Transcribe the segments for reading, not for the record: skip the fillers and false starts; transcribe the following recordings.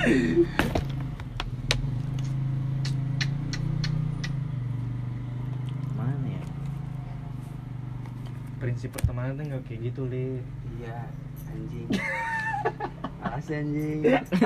Mana ya? Prinsip pertemanan tuh nggak kayak gitu, Li. Iya, anjing. Makasih anjing.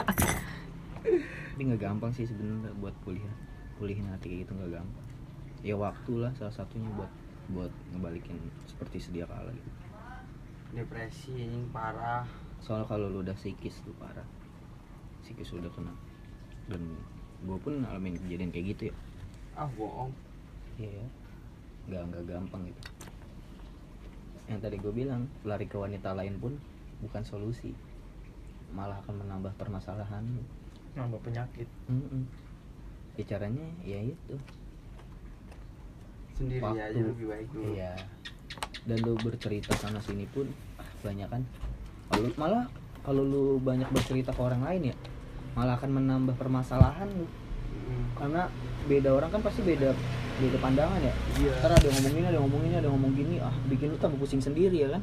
Tapi nggak gampang sih sebenarnya buat pulihin hati kayak gitu, nggak gampang. Ya waktu lah salah satunya buat ngebalikin seperti sedia kala gitu. Depresi anjing parah. Soalnya kalau lu udah psikis tuh parah, psikis udah kena. Dan gue pun ngalamin kejadian kayak gitu ya. Ah bohong. Iya, nggak gampang gitu. Yang tadi gue bilang, lari ke wanita lain pun bukan solusi, malah akan menambah permasalahan. Nambah penyakit. Ya caranya ya itu Sendiri waktu. aja lebih baik dulu. Iya. Dan lu bercerita sana sini pun banyak kan. Kalau lu banyak bercerita ke orang lain ya, malah akan menambah permasalahan lu. Karena beda orang kan pasti beda pandangan ya. Iya. Ntar ada yang ngomong gini, bikin lu tambah pusing sendiri ya kan.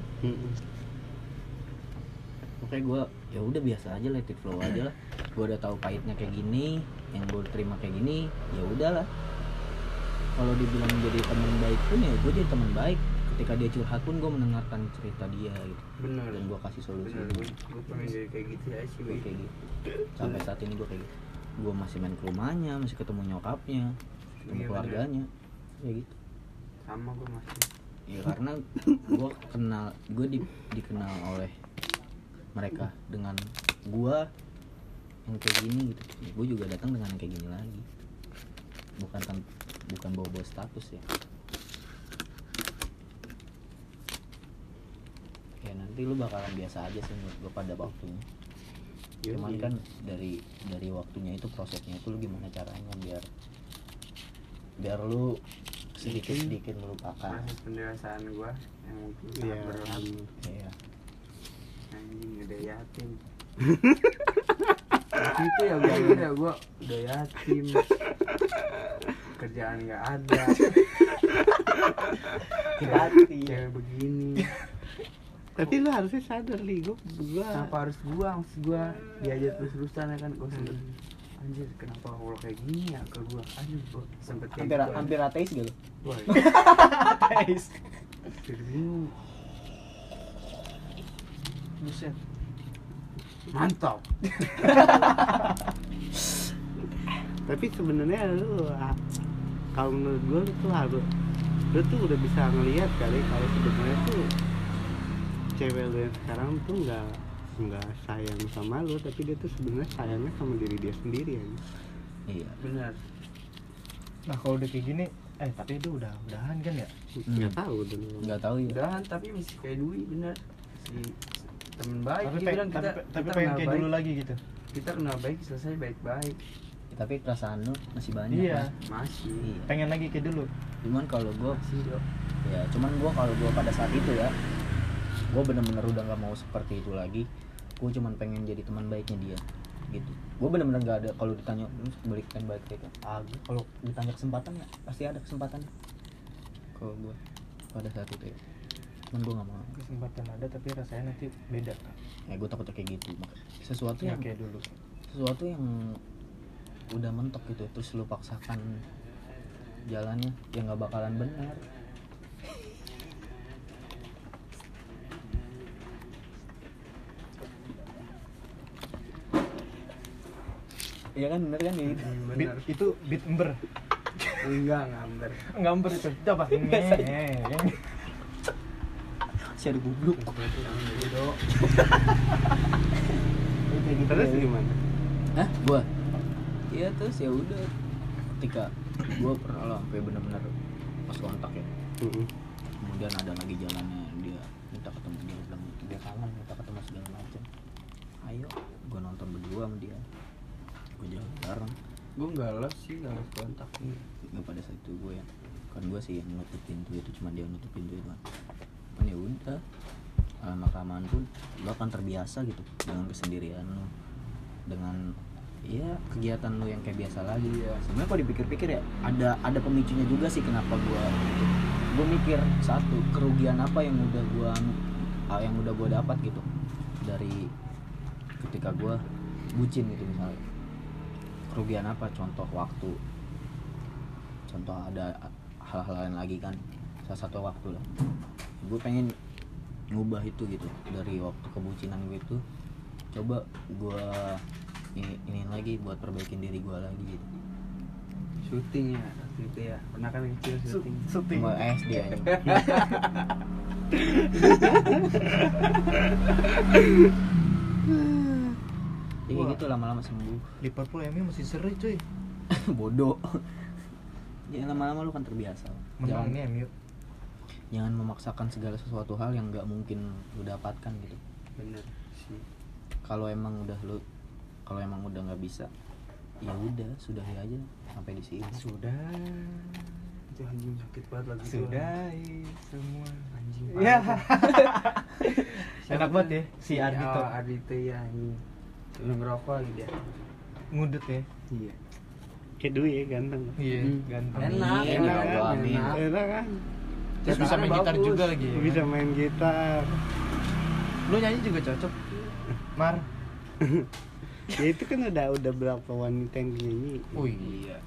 Makanya gue ya udah biasa aja, let it flow aja lah. Gue udah tahu pahitnya kayak gini, yang gue terima kayak gini, ya udahlah. Kalau dibilang jadi teman baik pun ya gue jadi teman baik. Ketika dia curhat pun gue mendengarkan cerita dia gitu. Bener. Dan gue kasih solusi. Gue pengen jadi kayak gitu ya sih. Gue kayak gitu. Sampai saat ini gue kayak gitu. Gue masih main ke rumahnya, masih ketemu nyokapnya, ketemu Iya, keluarganya, ya gitu. Sama gue masih. Ya karena gue dikenal oleh mereka dengan gue yang kayak gini gitu. Ya, gue juga datang dengan yang kayak gini lagi. Bukan bawa status ya. Ya nanti lu bakalan biasa aja sih menurut gue pada waktunya. Cuman kan dari waktunya itu, prosesnya itu lu gimana caranya biar lu sedikit melupakan. Proses pendewasaan gue yang mungkin sangat berat. Iya. Anjing udah yatim. Waktu itu ya gue mikir ya gue udah yatim, kerjaan nggak ada, cewek begini. Tapi lu harusnya sadar nih, gua Kenapa harus gua? Maksud gua diajar terus-terusan ya kan. Gua sempet anjir kenapa Allah kayak gini ya ke gua. Anjir gua sempet kayak gitu. Hampir ateis gitu. Wah, Guys. jadi bingung. Buset. Mantap. tapi sebenarnya lu kalau menurut gua lu tuh udah bisa ngelihat kali kalau sebenarnya tuh cewek lu yang sekarang tuh nggak sayang sama lu, tapi dia tuh sebenarnya sayangnya sama diri dia sendiri ya. Iya. Benar. Nah kalau udah kayak gini, tapi itu udahan kan ya? Nggak tahu dulu. Nggak tahu ya. Udahan tapi masih kayak Dwi bener. Si temen baik. Tapi Dia bilang tapi kita pengen kenal kayak baik. dulu lagi gitu. Kita kenal baik selesai baik-baik. Tapi perasaan lu masih banyak. Iya. Kan? Masih. Iya. Pengen lagi kayak dulu. Cuman kalau gue Masih dok. ya, kalau gue pada saat itu ya, gue bener-bener udah nggak mau seperti itu lagi. Gue cuman pengen jadi teman baiknya dia gitu. Gue bener-bener nggak ada, kalau ditanya balik kayak kalau ditanya kesempatan ya pasti ada kesempatannya. Kalau gue pada saat itu ya, cuman gue nggak mau. Kesempatan ada tapi rasanya nanti beda. Ya gue takutnya kayak gitu. Sesuatu Ya yang kayak dulu. sesuatu yang udah mentok gitu terus lu paksakan jalannya, ya nggak bakalan benar. Iya kan, bener kan ya itu. Bener. Itu beat ember. Enggak ngamber. Ngamber itu. Coba. Si ada gubluk. Dok. Terus gimana? Hah? Gua? Iya terus ya udah. Ketika gua pernah lah sampai bener-bener pas kontak ya. Kemudian ada lagi jalannya, dia minta ketemu, dia bilang dia kangen minta ketemu segala macam. Ayo, gua nonton berdua sama dia. Gua jalan bareng. Gue nggak les sih, nggak les kontak nih. Nggak pada saat itu gue gue sih yang nutup pintu itu, cuma dia nutup pintu itu kan. Ya udah, lama-kelamaan pun lo akan terbiasa gitu dengan kesendirian lo, dengan ya kegiatan lo yang kayak biasa lagi ya. Sebenarnya kalau dipikir-pikir ya ada pemicunya juga sih kenapa gue mikir, satu, kerugian apa yang udah gue dapat gitu dari ketika gue bucin gitu misalnya, kerugian apa, contoh waktu, contoh ada hal-hal lain lagi kan, salah satu waktu lah. Gue pengen ngubah itu gitu, dari waktu kebucinan gue itu coba gue ini lagi buat perbaikin diri gue lagi gitu. Syuting ya waktu itu ya, pernah kan kecil syuting. Syuting. Cuma SD aja. Ya kayak gitu lama-lama sembuh. Liverpool MU masih seri cuy. Bodoh. Ya lama-lama lu kan terbiasa. Menang nih MU. Jangan memaksakan segala sesuatu hal yang nggak mungkin lu dapatkan gitu. Bener sih. Kalau emang udah nggak bisa, ya udah sudahi aja sampai di sini. Sudah. Itu anjing sakit banget lagi. Sudahi semua. Anjing. Ya. Siapa Enak banget ya si tuh? Ardito. Oh, Ardito ya anjing. Lu ngerokok lagi dia. Ngudut ya. Iya. Kayak Dwi ya, ganteng. Iya, Hmm. ganteng. Enak, Amin, enak, ya Allah, amin. enak. Enak kan? Terus bisa main gitar juga lagi ya. Bisa main gitar. Lu nyanyi juga cocok. Mar. Ya itu kan udah berapa wanita yang nyanyi. Oh iya.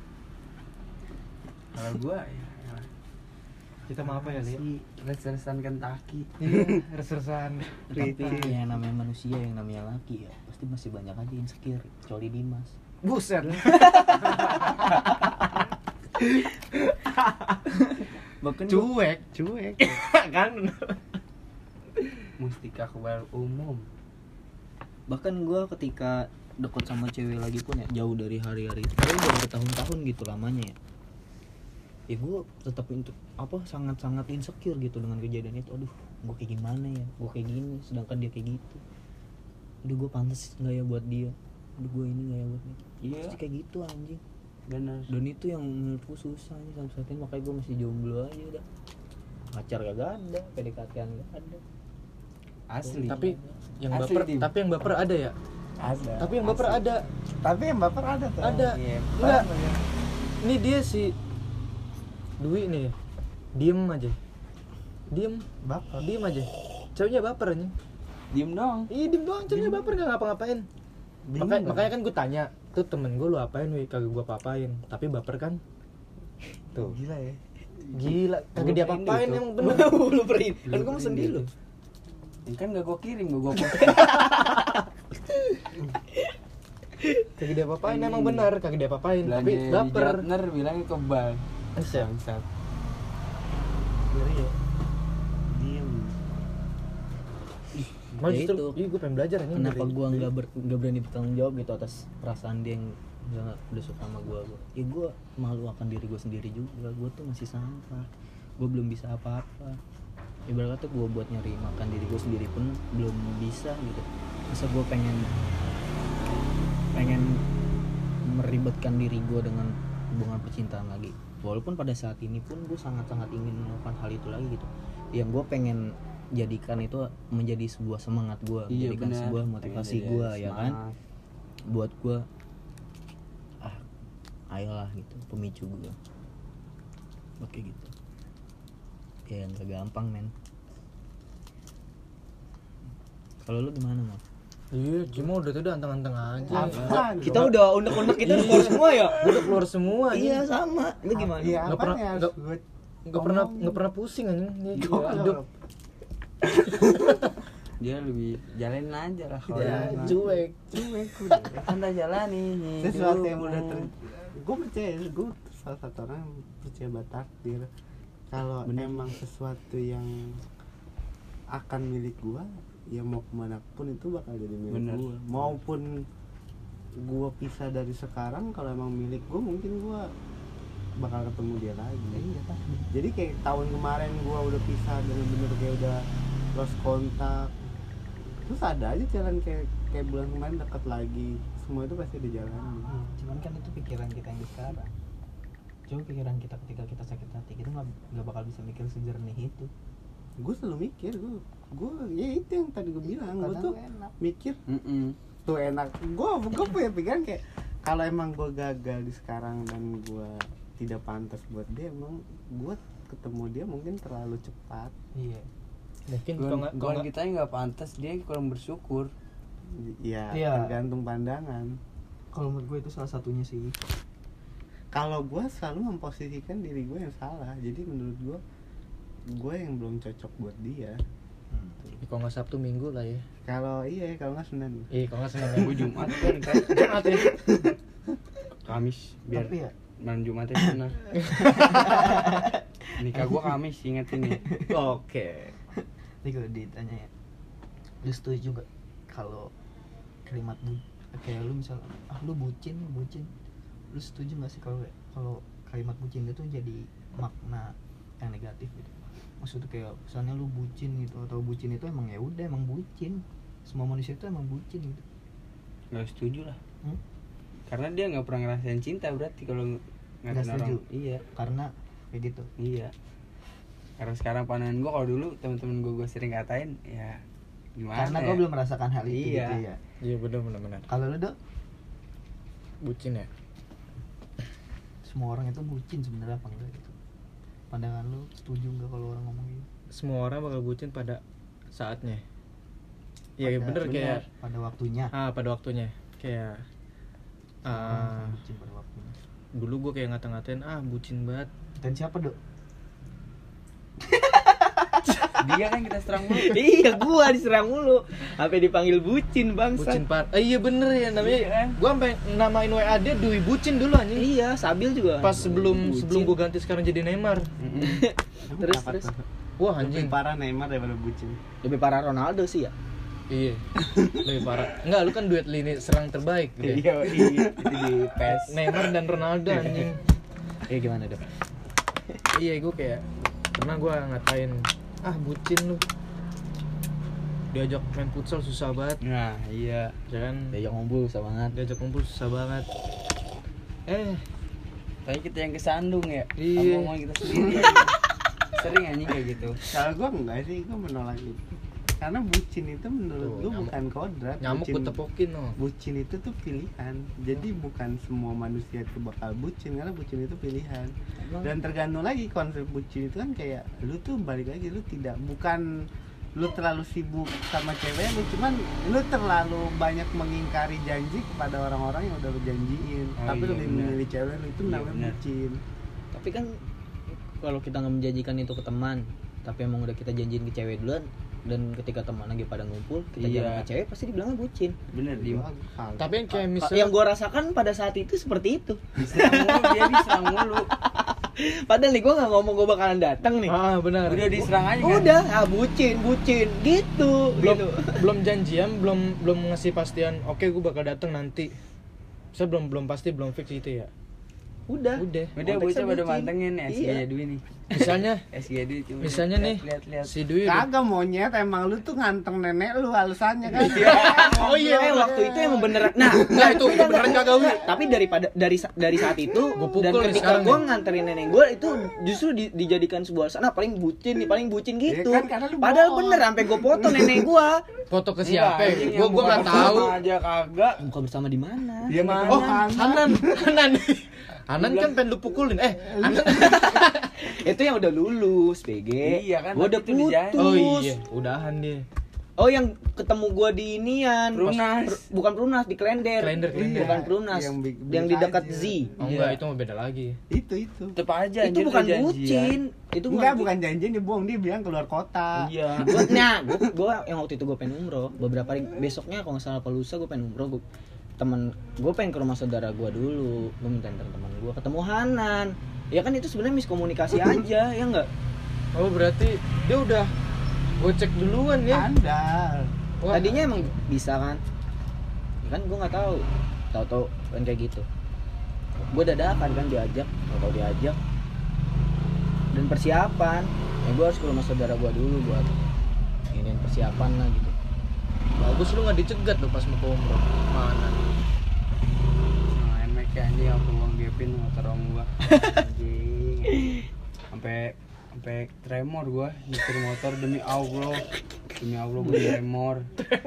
Kalau gua ya Kita mau apa ya, Li? si resersan Kentucky. Iya, resersan. Tapi Riti. yang namanya manusia, yang namanya laki ya, pasti masih banyak aja insecure, kecuali Dimas. Buset. Bahkan Cuek. Cuek. Kan. Mustika Kebal Umum. bahkan gue ketika deket sama cewek lagi pun ya, jauh dari hari-hari itu, tapi udah bertahun-tahun gitu lamanya ya gue tetap sangat-sangat insecure gitu dengan kejadian itu. Aduh, gue kayak gimana ya, gue kayak gini sedangkan dia kayak gitu. Aduh, gue pantas nggak ya buat dia, aduh gue ini nggak ya buat dia. Iya. Pasti kayak gitu anjing. Bener. Dan itu yang menurutku susah nih sampai saat ini, makanya gue masih jomblo aja udah. Pacar gak ada, PDKT-an gak ada. Asli. Tapi yang Asli, baper, Dim. tapi yang baper ada ya. Ada. Tapi yang baper ada. Tapi yang baper ada tuh. Ada. Iya. Enggak. Ini dia si Dwi nih. Diem aja. Diem aja. Ceweknya baper aja. Diem dong. Iya, diem doang, ceweknya baper enggak ngapa-ngapain. Makanya kan gue tanya, tuh temen gue lu apain Wi? Kagak gue apa-apain. Tapi baper kan? Tuh. Gila ya. Gila, kagak dia apa-apain tuh. emang bener. Lu perin, kan gue mesen dulu. Ini kan gak gua kirim, gua Kagak dia apa-apain emang bener, kagak dia apa-apain. Tapi belanja di baper. Jatner bilangnya kebal. Asyik. Bangsat. Ngeri ya. Diem. Mau Ya justru, itu. iya gue pengen belajar ini. Kenapa gue nggak berani bertanggung jawab gitu atas perasaan dia yang udah suka sama gue. Ya gue malu akan diri gue sendiri juga. Gue tuh masih sampah. Gue belum bisa apa-apa. Ibarat kata gue buat nyari makan diri gue sendiri pun belum bisa gitu. Masa gue pengen meribetkan diri gue dengan hubungan percintaan lagi. Walaupun pada saat ini pun gue sangat-sangat ingin melakukan hal itu lagi gitu. Yang gue pengen jadikan itu menjadi sebuah semangat gue, menjadikan bener. sebuah motivasi Pengen gue, jadi ya kan, semangat. buat gue ayolah gitu, pemicu gue buat kayak gitu. Ya nggak gampang men. Kalau lu gimana Mal? Iya, cuma udah tuh anteng-anteng aja. Apaan? Kita udah unek-unek, kita udah keluar semua ya. Udah keluar semua. Iya sama. Lu gimana? Iya, Nggak apa pernah- ya? nggak- nggak pernah pusing anjing nih hidup. Dia lebih jalanin aja lah kalau Ya, dia mah. cuek. udah. Anda jalani Sesuatu hidup. yang udah gue percaya, gue salah satu orang yang percaya bahwa takdir. Kalau emang sesuatu yang akan milik gue, ya mau kemana pun itu bakal jadi milik Bener. gue. Maupun gue pisah dari sekarang, kalau emang milik gue mungkin gue bakal ketemu dia lagi. Jadi kayak tahun kemarin gue udah pisah, bener-bener kayak udah lost kontak. Terus ada aja jalan kayak bulan kemarin dekat lagi. Semua itu pasti ada jalan. Cuman kan itu pikiran kita yang di sekarang. Coba pikiran kita ketika kita sakit hati, kita nggak bakal bisa mikir sejernih itu. Gue selalu mikir, gue ya itu yang tadi gue bilang, gue tuh mikir tuh enak. Gue punya pikiran kayak kalau emang gue gagal di sekarang dan gue tidak pantas buat dia, emang gue ketemu dia mungkin terlalu cepat. Iya. Mungkin Gon kita nggak pantas, dia kurang bersyukur. Ya Iya. tergantung pandangan. Kalau menurut gue itu salah satunya sih. Kalau gue selalu memposisikan diri gue yang salah, jadi menurut gue yang belum cocok buat dia. Kalau nggak Sabtu Minggu lah ya. Kalau nggak Senin. Kalau nggak Senin Gue Jumat kan Jumat ya. Kamis biar Tapi ya malam Jumatnya benar. Nikah gua Kamis, ingetin ya. oke. Ini kalau ditanya ya, lu setuju gak kalau kalimat kayak lu misal lu bucin, lu setuju gak sih kalau kalimat bucin itu jadi makna yang negatif gitu? Maksudnya kayak misalnya lu bucin gitu, atau bucin itu emang ya udah emang bucin, semua manusia itu emang bucin gitu. Nggak setuju lah. Hmm? Karena dia nggak pernah ngerasain cinta berarti kalau Nggak ngatain orang. setuju? Iya. Karena kayak gitu. Iya. Karena sekarang pandangan gua, kalau dulu teman-teman gua sering katain ya gimana? Karena ya? gue belum merasakan hal itu Iya. gitu ya. Iya benar. Kalau lu Dok, Bucin ya. semua orang itu bucin sebenarnya apa enggak gitu? Pandangan lu setuju nggak kalau orang ngomong gitu? Semua orang bakal bucin pada saatnya. Iya Pada- bener kayak pada waktunya. pada waktunya kayak Orang bucin pada waktunya. dulu gue kayak ngata-ngatain bucin banget. Dan siapa Dok? Dia kan kita serang mulu. Iya, gua diserang mulu. Sampai dipanggil bucin bangsa. Bucin iya bener ya namanya. Iya. Gue sampai namain WA dia Dwi Bucin dulu anjing. Iya, Sabil juga. Pas sebelum Bucin. gue ganti sekarang jadi Neymar. Terus, Kenapa terus. tuh? Wah Lebih anjing. parah Neymar daripada bucin. Lebih parah Ronaldo sih ya. Iya. Lebih parah. Enggak, lu kan duet lini serang terbaik gitu ya. Iya, itu di PES. Neymar dan Ronaldo anjing. Gimana, Dok? Iya, gue kayak pernah gue ngatain bucin lu. Diajak main futsal susah banget, Nah, iya. ya kan? Diajak ngobrol susah banget. Diajak kumpul susah banget. Tapi kita yang kesandung ya. Iya. Ngomong kita sendiri. Anjing. Sering anjing kayak gitu. Kalau gue enggak sih, gue menolak itu. Karena bucin itu menurut Tuh, gue nyamuk. bukan kodrat. Nyamuk Bucin- gue tepokin no. Bucin itu tuh pilihan. Jadi bukan semua manusia itu bakal bucin, karena bucin itu pilihan. Dan tergantung lagi konsep bucin itu kan kayak lu tuh balik lagi, lu bukan lu terlalu sibuk sama cewek lu, cuman lu terlalu banyak mengingkari janji kepada orang-orang yang udah lu janjiin. Oh, Tapi iya, lebih benar. memilih cewek lu, itu Iya, namanya benar. bucin. Tapi kan kalau kita nggak menjanjikan itu ke teman, tapi emang udah kita janjiin ke cewek duluan, dan ketika teman lagi pada ngumpul, kita Iya. jalan sama cewek pasti dibilangnya bucin. Bener dia. Tapi yang kayak Yang misalnya gua rasakan pada saat itu seperti itu. Diserang mulu, dia diserang mulu. Padahal nih gua nggak ngomong gua bakalan datang nih. benar. Udah diserang aja kan. Udah, bucin gitu. belum gitu. belum janjian, belum ngasih pastian. Oke, gue bakal datang nanti. Saya belum pasti, belum fix itu ya. Udah. Udah Konteksnya bocah pada bucin. mantengin ya SG Iya. Dwi nih. Misalnya SG Dwi cuma misalnya nih lihat. si Dwi udah- Kagak monyet, emang lu tuh nganteng nenek lu alasannya kan. Oh iya, waktu itu emang beneran. Nah, Nah, itu beneran kagak Wi. tapi dari saat itu Gua pukul dan nih ketika sekarang gue nih. nganterin nenek gue itu justru dijadikan sebuah alasan paling bucin gitu. kan, karena lu Padahal bohong. bener sampai gue foto nenek gue. foto ke Iya, siapa? anjing, Gue yang nggak bukan tahu. sama aja kagak. Buka bersama di mana? Dia mana? Oh, Hanan. Hanan kan pengen lu pukulin. Hanan. Itu yang udah lulus, BG. Iya kan, Gue udah tapi itu dijanji. putus. Oh iya, udahan dia. Oh, yang ketemu gue di inian. Perumnas. Bukan Perumnas, di Klender. Klender. Bukan Perumnas. Yang Yang di dekat aja. Z. Oh Iya. enggak, itu mah beda lagi. Itu. Tetep aja Itu anjir, bukan udah janjian. bucin. Itu Bukan janjian, dia bohong, dia bilang keluar kota. Iya. Gue yang waktu itu gue pengen umroh. Beberapa hari besoknya kalau nggak salah lusa gue pengen umroh. Gue pengen ke rumah saudara gue dulu. Gue minta antar teman gue ketemu Hanan. Ya kan itu sebenarnya miskomunikasi aja, ya enggak? Oh berarti dia udah gocek duluan ya? Andal. Wah, Tadinya emang bisa kan? Ya kan gue nggak tahu. Tahu-tahu kan kayak gitu. Gue dadakan kan diajak, tahu diajak. Dan persiapan. Ya gue harus ke rumah saudara gue dulu buat ingin persiapan lah gitu. bagus lu nggak dicegat lu pas mau ke umroh. Mana? Nah, emek ya anjing aku Bang Gepin motor om gua. Anjing. Sampai tremor gua nyetir motor demi Allah. Demi Allah gua tremor.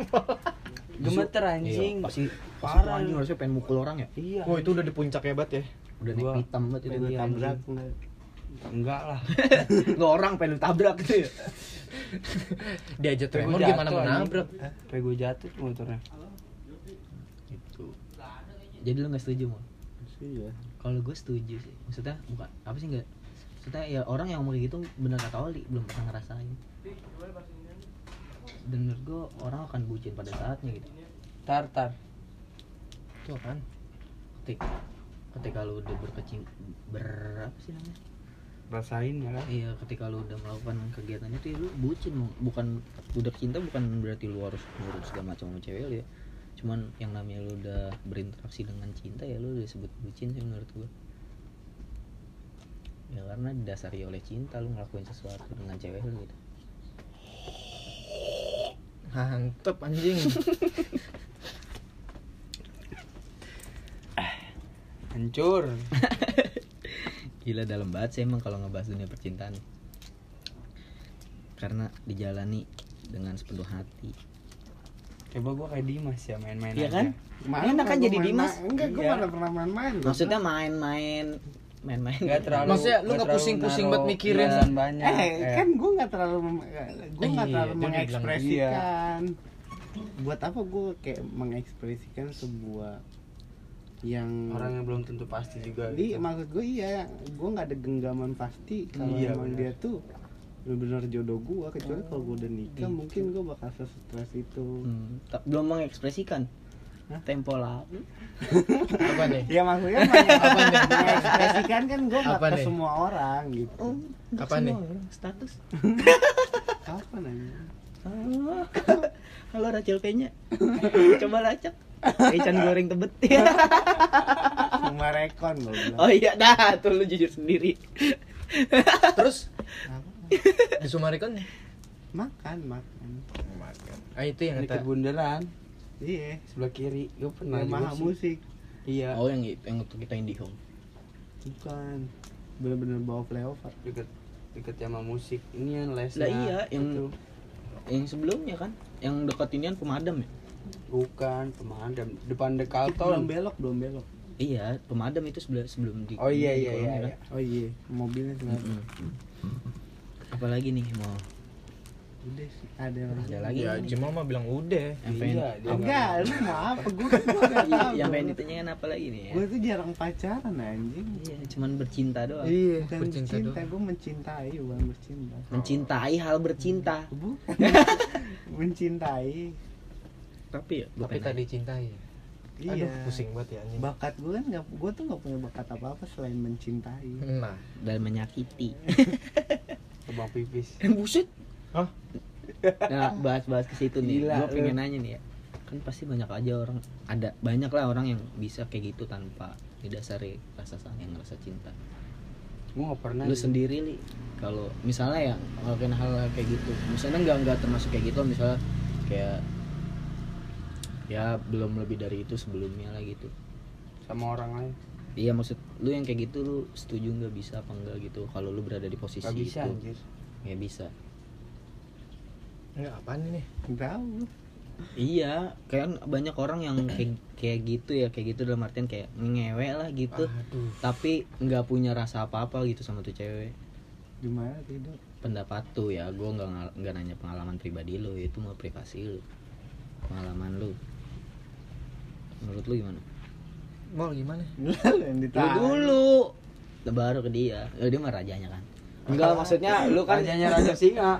Gemeter anjing. Iya, pasti Parah. anjing harusnya pengen mukul orang ya. Iya. Oh itu udah di puncak hebat ya. Udah Gua- naik hitam banget itu Pengen dia. tabrak anjing. Enggak lah. Nggak orang pengen lu tabrak gitu ya. Diajak Sampai tremor gua gimana jatuh, mau anjing. nabrak? Sampai gue jatuh tuh motornya. Gitu. Jadi lu nggak setuju mau? Iya. Kalau gue setuju sih. Maksudnya bukan apa sih, nggak? Maksudnya ya orang yang ngomong kayak gitu bener kata Oli, belum pernah ngerasain. Dan menurut gue orang akan bucin pada saatnya gitu. Tar. Itu apaan? Ketika lu udah apa sih namanya? Rasain ya kan. Iya, ketika lu udah melakukan kegiatan itu ya lu bucin. Bukan budak cinta, bukan berarti lu harus nurut segala macam sama cewek lu ya. Cuman yang namanya lu udah berinteraksi dengan cinta ya lu disebut bucin sih menurut gua. Ya karena didasari oleh cinta lu ngelakuin sesuatu dengan cewek lu gitu. Mantep anjing. Hancur. Gila dalam banget sih emang kalau ngebahas dunia percintaan. Karena dijalani dengan sepenuh hati. Coba gua kayak Dimas ya main-main Iya aja. kan? Enak kan jadi Dimas? Enggak, gue Iya. mana pernah main-main. Maksudnya main-main Enggak terlalu. Maksudnya lu nggak nggak terlalu pusing-pusing naruh buat mikirin. perasaan banyak. kan gue nggak terlalu Iya, dia mengekspresikan. Buat apa gue kayak mengekspresikan sebuah yang Orang yang belum tentu pasti juga. Jadi gitu. maksud gue iya, gue nggak ada genggaman pasti kalau Iya, emang benar. dia tuh benar-benar jodoh gue, kecuali kalau gue udah nikah mungkin gue bakal stres itu. Belum mengekspresikan. Hah? Tempo lalu. Apa nih? Ya maksudnya Apa nih? mengekspresikan kan gue nggak Apa ke nih? semua orang gitu. Untuk Apa semua nih? orang, status. Apa nanya? Halo Rachel P-nya. Coba lacak. Ikan goreng tebet. Cuma rekon gue bilang. Oh iya dah, tuh lu jujur sendiri. Terus Apa? di Summarecon Makan. itu yang Dekat kata bundaran Iya. sebelah kiri. Gue pernah Yamaha juga sih. musik. Iya. Oh yang waktu kita IndiHome. Bukan. Bener-bener bawa flyover. Deket sama musik. Ini yang lesnya. Lah iya, yang itu. yang sebelumnya kan, yang dekat inian pemadam ya. Bukan pemadam. Depan Belum Decathlon. belok. Iya, pemadam itu sebelum di. Oh iya di iya kolong iya. ya kan? iya. Oh iya, mobilnya tuh. Apalagi nih mau Udah sih, ada lagi. ada lagi ya nih. Jamal mah bilang udah. Yang pengen, Iya, dia Enggak, lu mau apa? Gue nggak tahu. yang pengen ditanyain apa lagi nih ya? Gue tuh jarang pacaran anjing. Iya, cuman bercinta doang. Iya, Bukan bercinta cinta, doang. gue mencintai, bukan bercinta. Mencintai hal bercinta. Bukan. Mencintai. Tapi ya, gua Tapi pengen tak dicintai. Iya. Aduh, pusing banget ya anjing. Bakat gue kan nggak, gue tuh nggak punya bakat apa-apa selain mencintai. Nah, dan menyakiti. Kebang pipis. Buset. Hah? Nah, bahas-bahas ke situ nih. Gila, Gue pengen lu. nanya nih ya. Kan pasti banyak aja orang, ada banyak lah orang yang bisa kayak gitu tanpa didasari rasa sayang, rasa cinta. Gue gak pernah. Lu sih. sendiri li, kalau misalnya ya ngelakuin hal kayak gitu, misalnya nggak termasuk kayak gitu, misalnya kayak ya belum lebih dari itu sebelumnya lah gitu. Sama orang lain. Iya, maksud lu yang kayak gitu lu setuju nggak, bisa apa enggak gitu kalau lu berada di posisi Gak bisa itu? anjir. Nggak bisa. enggak apaan ini? Tahu. Iya, kan banyak orang yang kayak gitu ya, kayak gitu dalam artian kayak ngewe lah gitu, Aduh. tapi nggak punya rasa apa-apa gitu sama tuh cewek. Gimana tidak? Pendapat tuh ya, gue nggak nanya pengalaman pribadi lu, itu mau privasi lu, pengalaman lu. Menurut lu gimana? Mau gimana? Lu yang Lu ditahan. dulu, baru ke dia. Dia mah rajanya kan? Enggak, maksudnya lu kan Rajanya Raja Singa.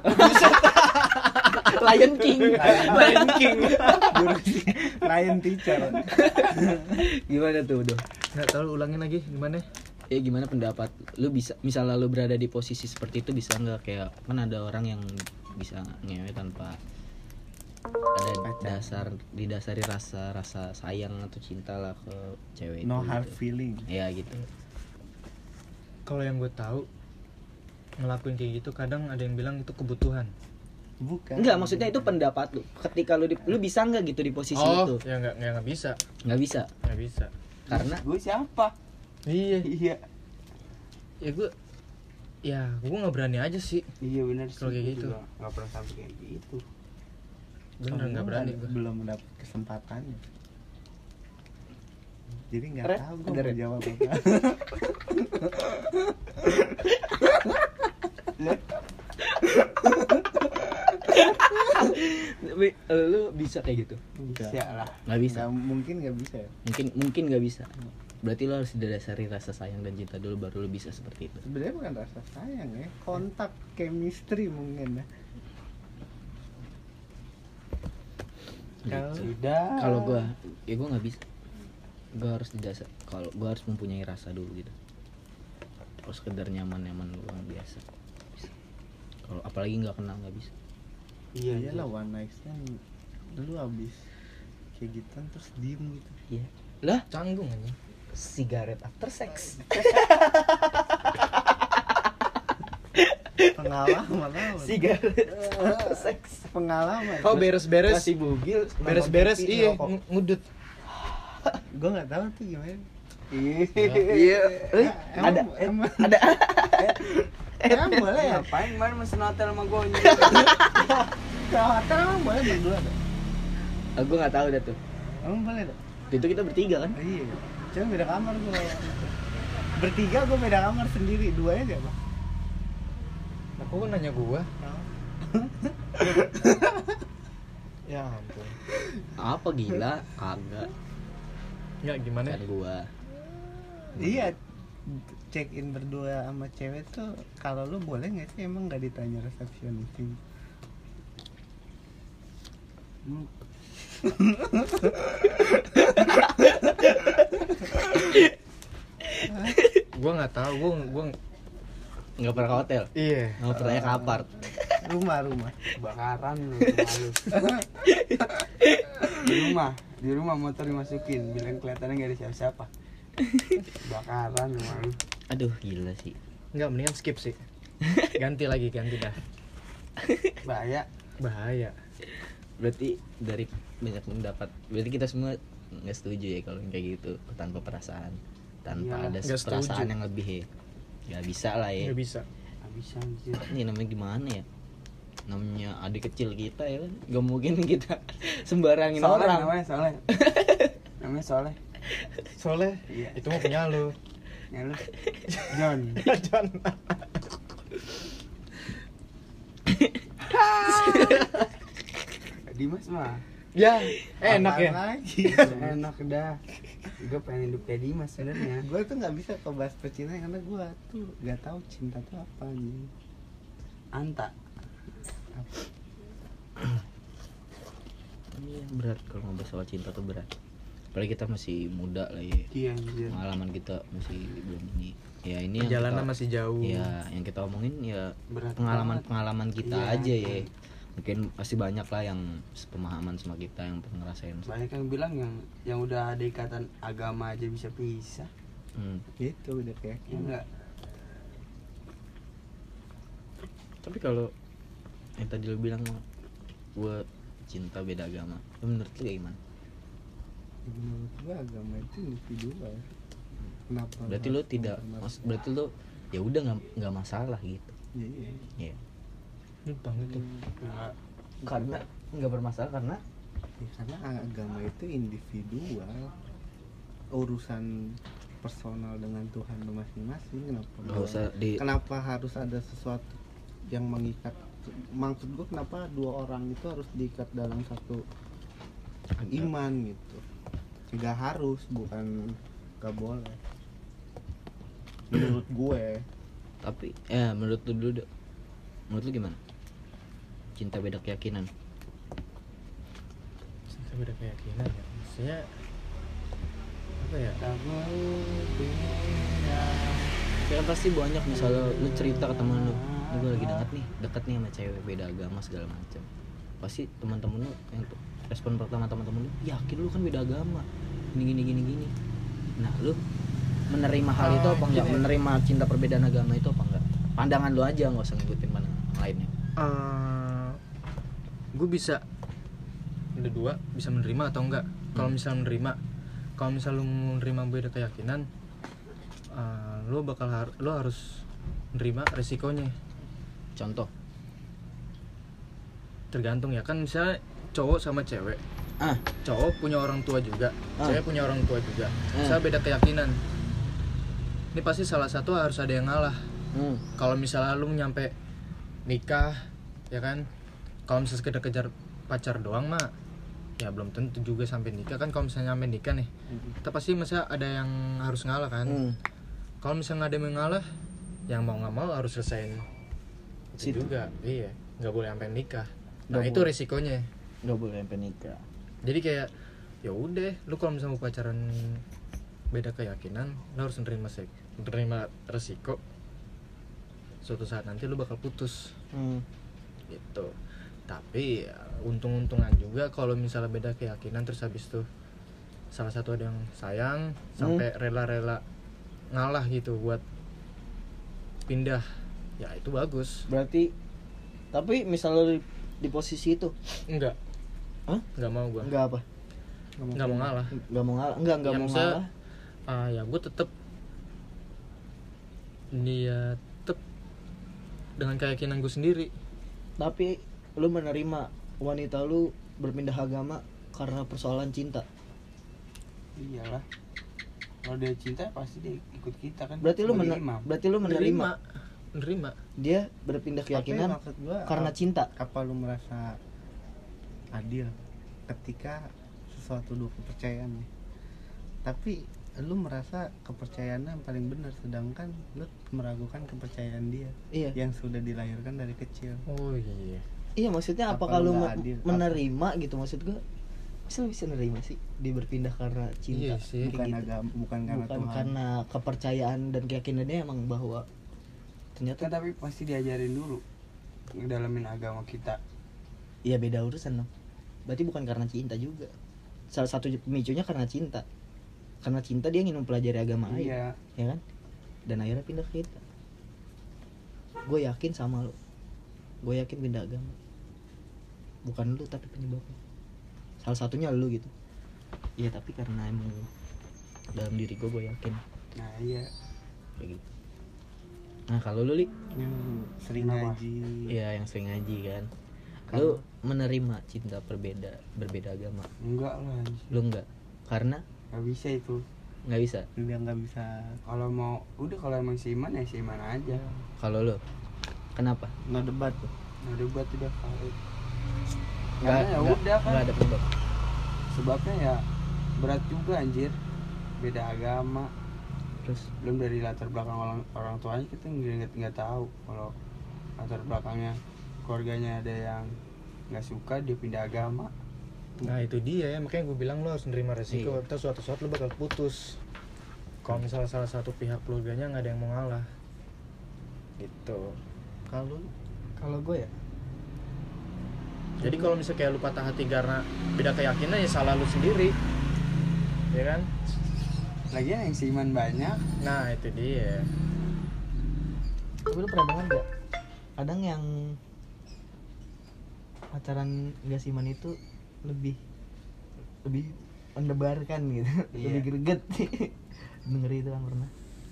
Lion King. Lion King. Lion teacher. Gimana tuh, Doh? Enggak tahu, ulangin lagi gimana? Ya gimana pendapat lu, bisa misalnya lu berada di posisi seperti itu, bisa nggak kayak kan ada orang yang bisa ngewe tanpa ada Pacar. didasari rasa sayang atau cinta lah ke cewek No itu hard gitu. feeling. Ya gitu. Kalau yang gue tahu ngelakuin kayak gitu kadang ada yang bilang itu kebutuhan. Bukan. Enggak, maksudnya itu pendapat lu. Ketika lu lu bisa nggak gitu di posisi itu? ya enggak bisa. Nggak bisa. Enggak bisa. Karena Gue siapa? Iya. Iya. Ya gue nggak berani aja sih. Iya benar sih. Kalau kayak Gua gitu. juga nggak pernah sampai kayak gitu. Bener Kalau nggak gua berani gue. belum mendapat kesempatannya. Jadi nggak Re, tahu gue ada mau Re. jawab apa. lu bisa kayak gitu? Bisa lah. Nggak bisa. Mungkin nggak bisa ya. Mungkin nggak bisa. Berarti lo harus didasari rasa sayang dan cinta dulu baru lo bisa seperti itu. Sebenarnya bukan rasa sayang ya, kontak chemistry mungkin ya. Sudah. Kalau gue nggak bisa. Gue harus didasar. Kalau gue harus mempunyai rasa dulu gitu. Kalau sekedar nyaman doang biasa. Bisa. Kalau apalagi nggak kenal nggak bisa. Iya lah, one night stand lu abis kayak gitu terus diem gitu. Iya. Lah, Canggung aja. sigaret after sex. Pengalaman apa? Sigaret after sex. Pengalaman. Oh, beres-beres. Masih bugil. Beres-beres Nonton TV, iya ngerokok. ngudut. Gue nggak tahu tuh gimana. Iya. Ada. Emang boleh ya? Ngapain kemarin mesen hotel sama gue? Ke hotel emang boleh berdua tuh? Gue nggak tahu dah tuh. Emang boleh tuh? Itu kita bertiga kan? Iya. Cuma beda kamar gue. Bertiga gue beda kamar sendiri. Duanya siapa? Nah, kok nanya gua? Ya ampun. Apa gila? Kagak. Ya gimana? Kan gua. Iya. Check in berdua sama cewek tuh kalau lu boleh nggak sih, emang nggak ditanya resepsionis? Gua nggak tahu, gua Nggak pernah ke hotel. iya. Nggak pernah ke apart. Rumah. Bakaran lu malu. Di rumah motor dimasukin, bilang kelihatannya nggak ada siapa-siapa. Bakaran lu malu. Aduh gila sih. Enggak, mendingan skip sih. Ganti dah. Bahaya. Berarti dari banyak pendapat, berarti kita semua nggak setuju ya kalau yang kayak gitu tanpa perasaan, tanpa Iyalah, ada nggak perasaan setuju. yang lebih ya. Nggak bisa lah ya. Nggak bisa. Nggak bisa anjir. Ini namanya gimana ya? Namanya adik kecil kita ya kan. Gak mungkin kita sembarangin Soleh orang. namanya Soleh. Namanya Soleh. Soleh. Iya. Itu mah punya lu. Ya lu. John. John. Dimas mah Ya, enak ya. Apaan lagi? enak dah. Gue pengen hidup kayak Dimas sebenarnya. Gue tuh nggak bisa kebahas percintaan karena gue tuh nggak tahu cinta tuh apa nih. Anta. Iya berat kalau ngobrol soal cinta tuh berat. Apalagi kita masih muda lah ya. Iya anjir. Pengalaman kita masih belum ini. Ya ini yang Perjalanan kita, masih jauh. ya yang kita omongin ya Berat pengalaman kita Iya. aja ya. Mungkin pasti banyak lah yang sepemahaman sama kita yang pernah ngerasain. Banyak yang bilang yang udah ada ikatan agama aja bisa pisah. Gitu udah kayak. Ya enggak? Tapi kalau yang tadi lo bilang gue cinta beda agama, lo menurut lo kayak gimana? Menurut gue agama itu individual. Kenapa? Berarti lo tidak, berarti lo ya udah nggak masalah gitu. Iya. Iya. Lu banget tuh. Enggak. Karena nggak bermasalah karena Ya, karena agama itu individual. Urusan personal dengan Tuhan lu masing-masing. nggak usah di Kenapa harus ada sesuatu yang mengikat? Maksud gue kenapa dua orang itu harus diikat dalam satu iman gitu? Nggak harus, bukan nggak boleh. Menurut gue. tapi ya menurut lu dulu deh. Menurut lu gimana? Cinta beda keyakinan. Cinta beda keyakinan ya. Maksudnya apa ya? Kamu beda. Ya kan pasti banyak misalnya lu cerita ke teman lu, ini gue lagi deket nih sama cewek beda agama segala macam. Pasti teman-teman lu yang respon pertama teman-teman lu, yakin lu kan beda agama, gini. Nah lu menerima hal itu apa enggak? Menerima cinta perbedaan agama itu apa enggak? Pandangan lu aja, nggak usah ngikutin pandangan yang lainnya. Gue bisa ada dua, bisa menerima atau enggak. Kalau misalnya menerima, kalau misalnya lu menerima beda keyakinan, lu harus menerima resikonya. Contoh, Tergantung ya kan, misalnya cowok sama cewek, cowok punya orang tua juga, cewek punya orang tua juga, misalnya beda keyakinan, ini pasti salah satu harus ada yang ngalah. Kalau misalnya lu nyampe nikah ya kan, kalau misalnya sekedar kejar pacar doang mah ya belum tentu juga sampai nikah kan. Kalau misalnya sampai nikah nih kita pasti masa ada yang harus ngalah kan. Kalau misalnya nggak ada yang ngalah, yang mau nggak mau harus selesaiin itu Situ. juga. Iya, nggak boleh sampai nikah. Nah Nggak itu boleh. resikonya. Nggak boleh sampai nikah. Jadi kayak ya udah, lu kalau misalnya mau pacaran beda keyakinan, lu harus menerima resiko. Suatu saat nanti lu bakal putus gitu. Tapi ya, untung-untungan juga kalau misalnya beda keyakinan terus habis itu salah satu ada yang sayang sampai rela-rela ngalah gitu buat pindah, ya itu bagus. Berarti tapi misalnya di posisi itu Enggak, Hah? nggak mau gua, enggak apa? nggak mau ngalah. Enggak mau ngalah, enggak Ya, mau maksudnya, ngalah. Ya gue tetap dengan keyakinan gue sendiri. Tapi lu menerima wanita lu berpindah agama karena persoalan cinta. Iyalah, kalau dia cinta pasti dia ikut kita kan. Berarti lu sebagai imam. menerima Menerima. dia berpindah Tapi keyakinan maksud gua, karena cinta. apa lu merasa adil ketika sesuatu dua kepercayaan nih, tapi lu merasa kepercayaannya yang paling benar, sedangkan lu meragukan kepercayaan dia Iya. yang sudah dilahirkan dari kecil. Oh iya. Iya, maksudnya Apa apakah lu lu nggak adil? menerima gitu, maksud gua. Masa lu bisa nerima sih dia berpindah karena cinta? Iya sih. Kayak Bukan gitu. agama, bukan karena Bukan Tuhan. karena kepercayaan dan keyakinannya emang bahwa Kan ternyata tapi pasti diajarin dulu ngedalamin agama kita. ya beda urusan dong. Berarti bukan karena cinta juga. Salah satu pemicunya karena cinta. Karena cinta dia ingin mempelajari agama lain, Iya. ya kan? Dan akhirnya pindah ke kita. Gue yakin sama lo. Gue yakin pindah agama. Bukan lu tapi penyebabnya. Salah satunya lu gitu. Iya, tapi karena emang dalam diri gue yakin Nah iya. kayak gitu. Nah, kalau lu Li, Yang sering Kenapa? ngaji. ya yang sering ngaji kan. Lu menerima cinta berbeda agama. Enggak lah anjing. Lu enggak? Karena Gak bisa itu. nggak bisa. Dia nggak bisa. Kalau mau udah, kalau emang seiman ya seiman aja. Kalau lu kenapa? No debat tuh. Nah debat udah valid. Nggak, Karena ya nggak- udah kan. nggak ada penyebab. Sebabnya ya berat juga anjir. Beda agama. Terus Belum dari latar belakang orang tuanya kita nggak tahu kalau latar belakangnya keluarganya ada yang nggak suka dia pindah agama. Nah itu dia ya, makanya gue bilang lo harus nerima resiko. Iya. Kita suatu saat lo bakal putus. Kalau misalnya salah satu pihak keluarganya nggak ada yang mau ngalah, gitu. kalau gue ya Jadi kalau misalnya kayak lu patah hati karena beda keyakinan ya salah lu sendiri, ya kan? Lagian yang seiman banyak. Nah itu dia. Tapi lu pernah dengar gak? Kadang yang pacaran gak siman itu lebih mendebarkan gitu. Iya. Lebih greget. Denger itu kan pernah.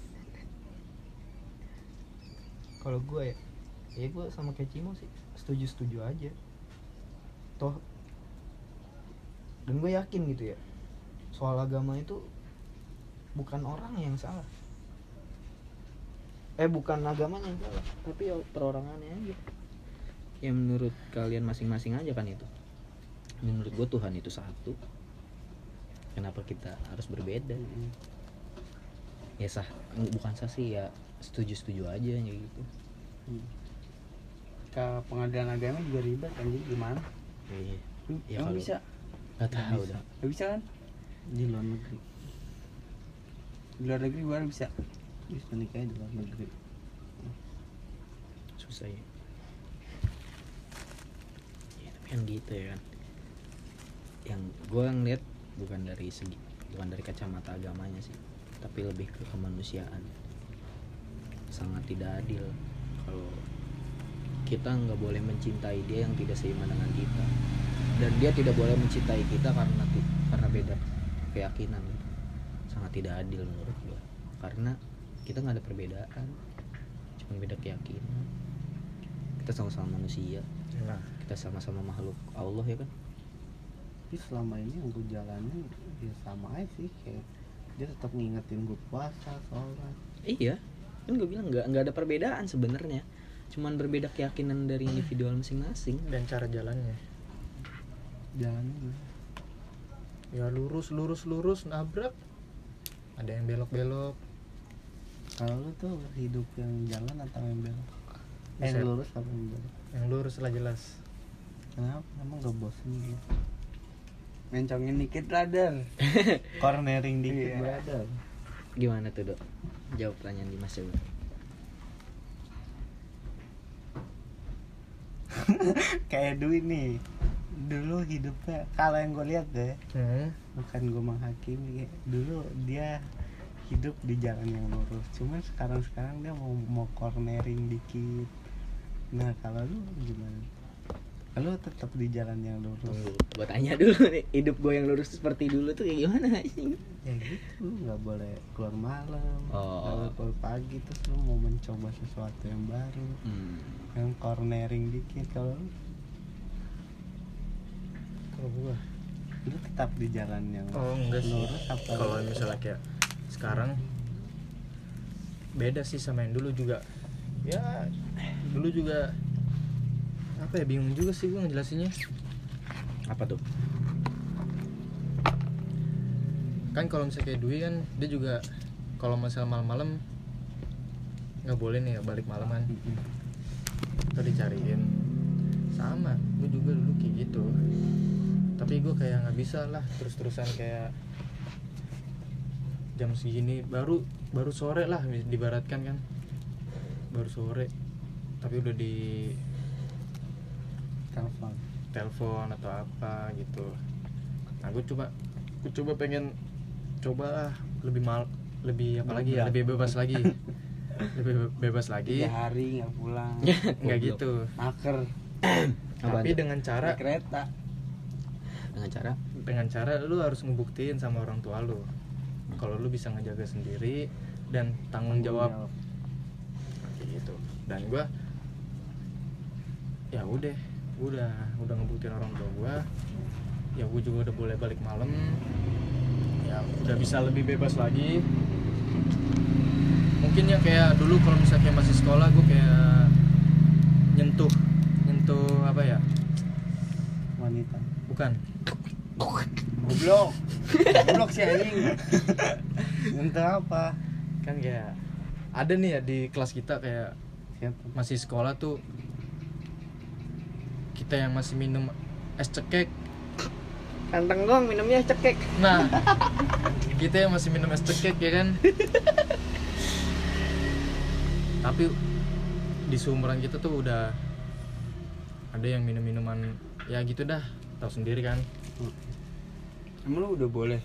Kalau gue ya gue sama kayak Cimo sih setuju aja. Toh dan gue yakin gitu ya, soal agama itu bukan orang yang salah, bukan agamanya yang salah, tapi ya perorangannya aja. Ya menurut kalian masing-masing aja kan itu. Menurut gue Tuhan itu satu. Kenapa kita harus berbeda? Ya sah, bukan sah sih, ya setuju aja ya gitu. Ke pengadilan agama juga ribet anjir, gimana? Iya. Lu Ya emang kalau- bisa? Gak tahu dah. Gak bisa kan? Di luar negeri. Di luar negeri baru bisa. Bisa nikahnya di luar negeri. Susah ya. Ya tapi kan gitu ya kan. Yang gue ngeliat bukan dari kacamata agamanya sih, tapi lebih ke kemanusiaan. Sangat tidak adil kalau kita nggak boleh mencintai dia yang tidak seiman dengan kita, dan dia tidak boleh mencintai kita karena beda keyakinan. Sangat tidak adil menurut gue, karena kita nggak ada perbedaan, cuma beda keyakinan. Kita sama-sama manusia, Nah, kita sama-sama makhluk Allah ya kan. Tapi selama ini yang gue jalanin ya sama aja sih, kayak dia tetap ngingetin gue puasa, sholat. Iya, kan gue bilang nggak ada perbedaan sebenarnya, cuman berbeda keyakinan dari individual masing-masing. dan cara jalannya. jalannya gimana? Ya lurus nabrak, ada yang belok Kalau lu tuh hidup yang jalan atau yang belok? Bisa. Yang lurus apa yang belok? yang lurus lah jelas. Kenapa? Emang gak bosen gitu? Mencongin dikit brother. Cornering dikit Iya. brother. Gimana tuh Dok? Jawab pertanyaan Dimas coba. Kayak Dwi nih, dulu hidupnya kalau yang gue lihat deh, bukan gue menghakimi, dulu dia hidup di jalan yang lurus, cuman sekarang dia mau cornering dikit. Nah kalau lu gimana? Lu tetap di jalan yang lurus? Tunggu, gua tanya dulu nih, hidup gue yang lurus seperti dulu tuh kayak gimana anjing? Ya gitu, nggak boleh keluar malam, Oh. nggak boleh keluar pagi, terus lu mau mencoba sesuatu yang baru, yang cornering dikit. Kalau Gua lu tetap di jalan yang enggak sih. lurus apa? Kalau misalnya kayak sekarang beda sih sama yang dulu juga. Ya dulu juga apa ya, bingung juga sih gue ngejelasinnya. Apa tuh? Kan kalau misalnya kayak Dwi kan dia juga kalau masalah malam-malam nggak boleh nih balik malam kan, atau dicariin. Sama gue juga dulu kayak gitu, tapi gue kayak nggak bisa lah terus-terusan kayak jam segini baru sore lah dibaratkan kan, baru sore tapi udah di telepon atau apa gitu. Nah gue coba pengen coba lah lebih apa lagi ya, lebih bebas lagi lebih bebas lagi 3 hari nggak pulang. nggak gitu, Maker tapi dengan cara naik kereta. Dengan cara lu harus ngebuktiin sama orang tua lu kalau lu bisa ngejaga sendiri dan tanggung jawab kayak gitu. Dan gua ya udah ngebuktiin orang tua gua, ya gua juga udah boleh balik malam, ya udah bisa lebih bebas lagi. Mungkin ya kayak dulu kalau misalnya kayak masih sekolah gua kayak nyentuh apa ya, wanita. bukan Goblok sih anjing. Entah apa. kan kayak ada nih ya di kelas kita kayak Siapa? masih sekolah tuh, kita yang masih minum es cekek. kanteng gong minumnya cekek. Nah kita yang masih minum es cekek ya kan, tapi di seumuran kita tuh udah ada yang minum minuman ya gitu dah, tahu sendiri kan. Emang lu udah boleh?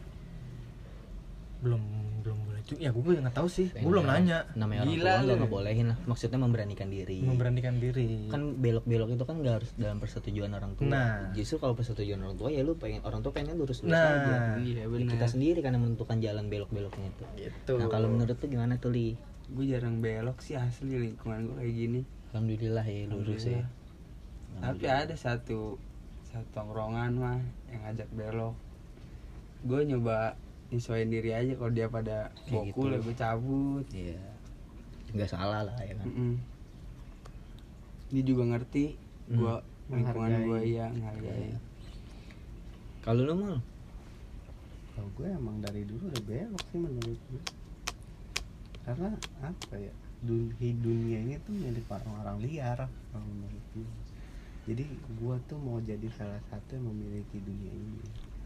Belum boleh juga ya, gue nggak tahu sih, gue belum nanya. Namanya orang Gila tua lu. nggak ngebolehin lah, maksudnya memberanikan diri. Memberanikan diri Kan belok-belok itu kan nggak harus dalam persetujuan orang tua. Nah. Justru kalau persetujuan orang tua ya lu pengen, orang tua pengen lurus Nah. aja. Iya Ya, benar. kita sendiri kan yang menentukan jalan belok-beloknya itu. gitu. Nah kalau menurut tuh gimana tuh Li? Gue jarang belok sih asli, lingkungan gue kayak gini. Alhamdulillah ya lurus ya. Tapi ada satu tongkrongan mah yang ngajak belok. Gue nyoba nyesuaiin diri aja, kalau dia pada Kayak bokul gitu. ya gue cabut. Iya. Nggak salah lah ya kan. Dia juga ngerti gue lingkungan Menghargai. gue ya ngehargai. Kalau lu mal? Kalau gue emang dari dulu udah belok sih menurut gue. Karena apa ya? Dunia ini tuh milik orang-orang liar kalau menurut gue. Jadi gue tuh mau jadi salah satu yang memiliki dunia ini.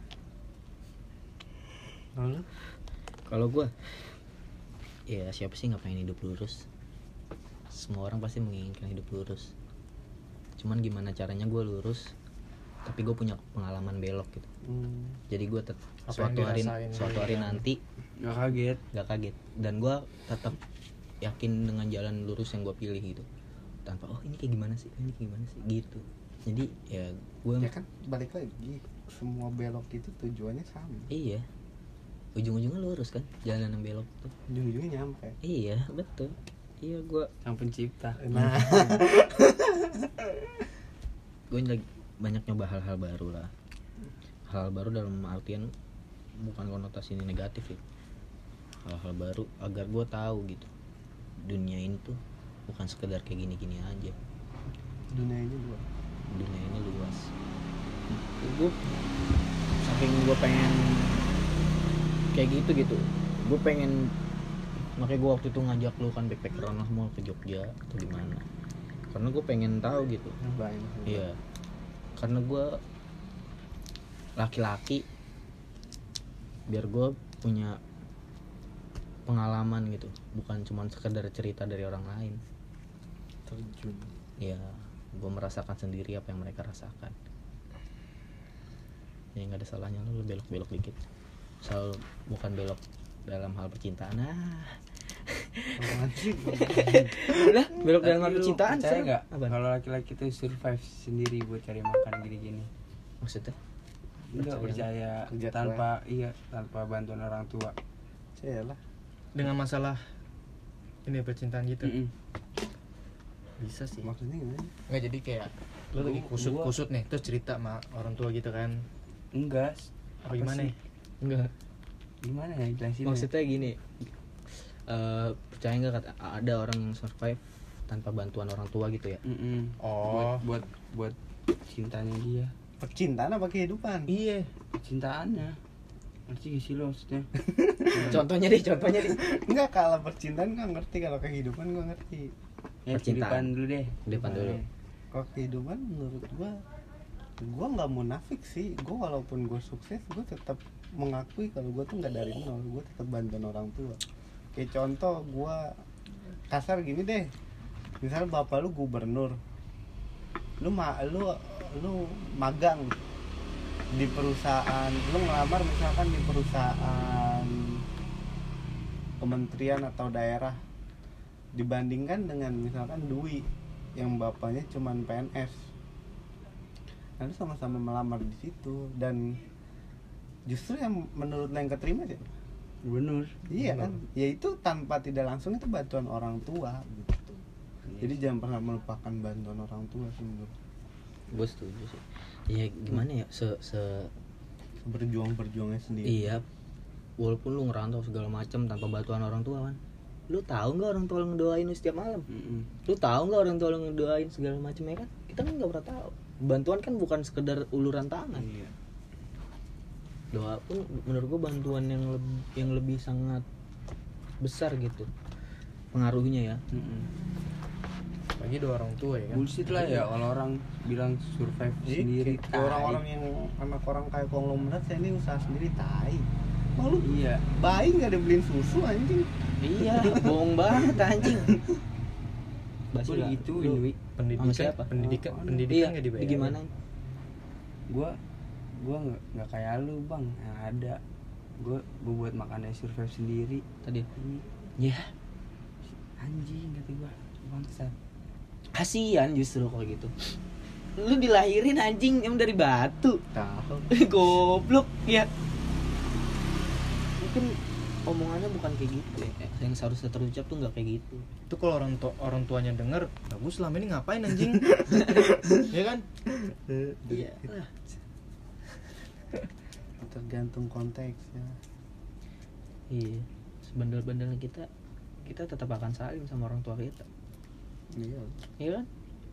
Lalu Kalau gue, ya siapa sih nggak pengen hidup lurus? Semua orang pasti menginginkan hidup lurus. Cuman gimana caranya gue lurus, tapi gue punya pengalaman belok gitu. Jadi gue Apa suatu yang hari dirasain nanti Gak kaget. nggak kaget, dan gue tetap yakin dengan jalan lurus yang gue pilih gitu. Tanpa ini kayak gimana sih, gitu. Jadi ya gue ya kan balik lagi, semua belok itu tujuannya sama. iya, ujung-ujungnya lurus kan, jalan yang belok tuh. Ujung-ujungnya nyampe. Iya betul. Iya gue Sang pencipta. Nah, lagi banyak nyoba hal-hal baru lah. Hal baru dalam artian bukan konotasi ini negatif ya. Hal-hal baru agar gue tahu gitu, dunia ini tuh bukan sekedar kayak gini-gini aja. dunia ini dua. Dunia ini luas. gue saking gue pengen kayak gitu gue pengen, makanya gue waktu itu ngajak lu kan backpackeran lah mau ke Jogja atau gimana, karena gue pengen tahu gitu. Iya, karena gue laki-laki, biar gue punya pengalaman gitu, bukan cuma sekedar cerita dari orang lain. Terjun. Iya, gue merasakan sendiri apa yang mereka rasakan. Ya nggak ada salahnya lu belok-belok dikit, soal bukan belok dalam hal percintaan. Udah belok dalam hal percintaan. Percaya serem. nggak Apaan? kalau laki-laki tuh survive sendiri buat cari makan gini-gini? Maksudnya? Enggak percaya Kerja tanpa bantuan orang tua. Iyalah. Dengan masalah ini percintaan gitu. Mm-mm. Bisa sih. Maksudnya gimana? Nggak, jadi kayak lu lagi kusut nih terus cerita sama orang tua gitu kan. Enggak. Apa gimana sih? ya? Enggak. Gimana ya jelasin? Maksudnya gini, percaya nggak ada orang yang survive tanpa bantuan orang tua gitu ya? Oh. Buat cintanya dia. Percintaan apa kehidupan? Iya. Cintaannya. Ngerti gak sih lo maksudnya? Contohnya deh. Enggak, kalau percintaan gua ngerti, kalau kehidupan gua ngerti. Ya, Percintaan. kehidupan dulu deh. Depan dulu. Kalau kehidupan menurut gua nggak munafik sih. Gua walaupun gua sukses, gua tetap mengakui kalau gua tuh nggak dari nol. Gua tetap bantuan orang tua. Kayak contoh, gua kasar gini deh. Misal bapak lu gubernur, lu magang di perusahaan, lu ngelamar misalkan di perusahaan kementerian atau daerah, dibandingkan dengan misalkan Dwi yang bapaknya cuman PNS. Nah, lu sama-sama melamar di situ, dan justru yang menurut lo yang keterima sih, Bener. iya kan, yaitu tanpa tidak langsung itu bantuan orang tua gitu. Jadi jangan pernah melupakan bantuan orang tua sih menurut. Gue setuju sih. Ya gimana ya, Berjuang-berjuangnya sendiri. iya, walaupun lu ngerantau segala macam tanpa bantuan orang tua kan, lu tahu nggak orang tua lu ngedoain lu setiap malam? Lu tahu nggak orang tua lu ngedoain segala macam ya kan? Kita kan nggak pernah tahu. Bantuan kan bukan sekedar uluran tangan. Iya. Doa pun menurut gua bantuan yang lebih sangat besar gitu pengaruhnya ya. Bagi dua orang tua ya kan. Bullshit lah ya kalau orang bilang survive sendiri. Kayak orang-orang yang anak orang kayak konglomerat, saya ini usaha sendiri, tai. Mau lu Iya. bayi nggak dibeliin susu anjing. Iya, bohong banget anjing. Gue lah. digituin, Lu- Wi. Sama siapa? Pendidikan Iya, nggak dibayar. gimana? Gua nggak kayak lu bang yang ada. Gue buat makannya survive sendiri. Tadi. Ini Ya, anjing kata gue bangsa. kasihan justru kalau gitu. Lu dilahirin anjing emang dari batu. Tahu. Goblok ya. Mungkin omongannya bukan kayak gitu ya. Yang seharusnya terucap tuh nggak kayak gitu. Itu kalau orang tuanya denger, bagus selama ini ngapain anjing? Ya kan? Iya. Tergantung konteksnya. Iya. Sebandel-bandelnya kita tetap akan saling sama orang tua kita. Iya. Iya kan?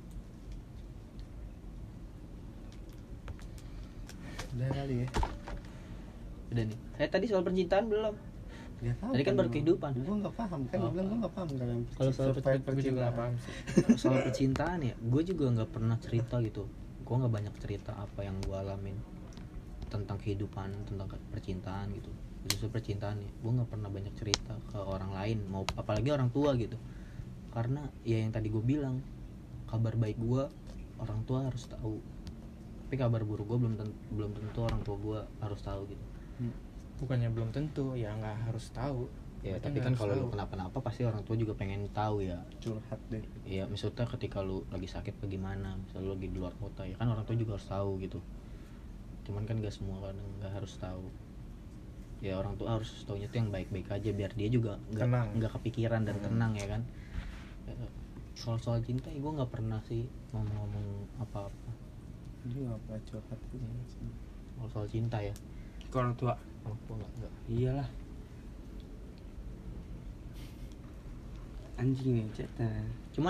Udah kali ya. Udah nih. Tadi soal percintaan belum. Gak tahu. Tadi kan baru kehidupan. Gue nggak paham kan. Gue bilang gue nggak paham Kalau soal Gue juga nggak paham sih. soal percintaan ya, gue juga nggak pernah cerita gitu. Gue nggak banyak cerita apa yang gue alamin tentang kehidupan, tentang percintaan gitu. Khususnya percintaan ya, gue nggak pernah banyak cerita ke orang lain, mau apalagi orang tua gitu. Karena ya yang tadi gue bilang, kabar baik gue orang tua harus tahu, tapi kabar buruk gue belum tentu orang tua gue harus tahu gitu. Bukannya belum tentu, ya nggak harus tahu. Ya Berarti tapi nggak kan harus kalau lu tahu. kenapa-napa pasti orang tua juga pengen tahu ya. Curhat deh. Iya, maksudnya ketika lu lagi sakit bagaimana, misalnya lu lagi di luar kota ya kan orang tua juga harus tahu gitu. Cuman kan gak semua kadang nggak harus tahu. Ya orang tua harus taunya tuh yang baik-baik aja biar dia juga Tenang. nggak kepikiran dan tenang ya kan. Soal cinta ya gue nggak pernah sih ngomong apa-apa. Dia nggak pernah curhat gitu. Soal cinta ya. Ke orang tua. Oh, gue nggak. Iyalah. Anjing ya cetan. Cuman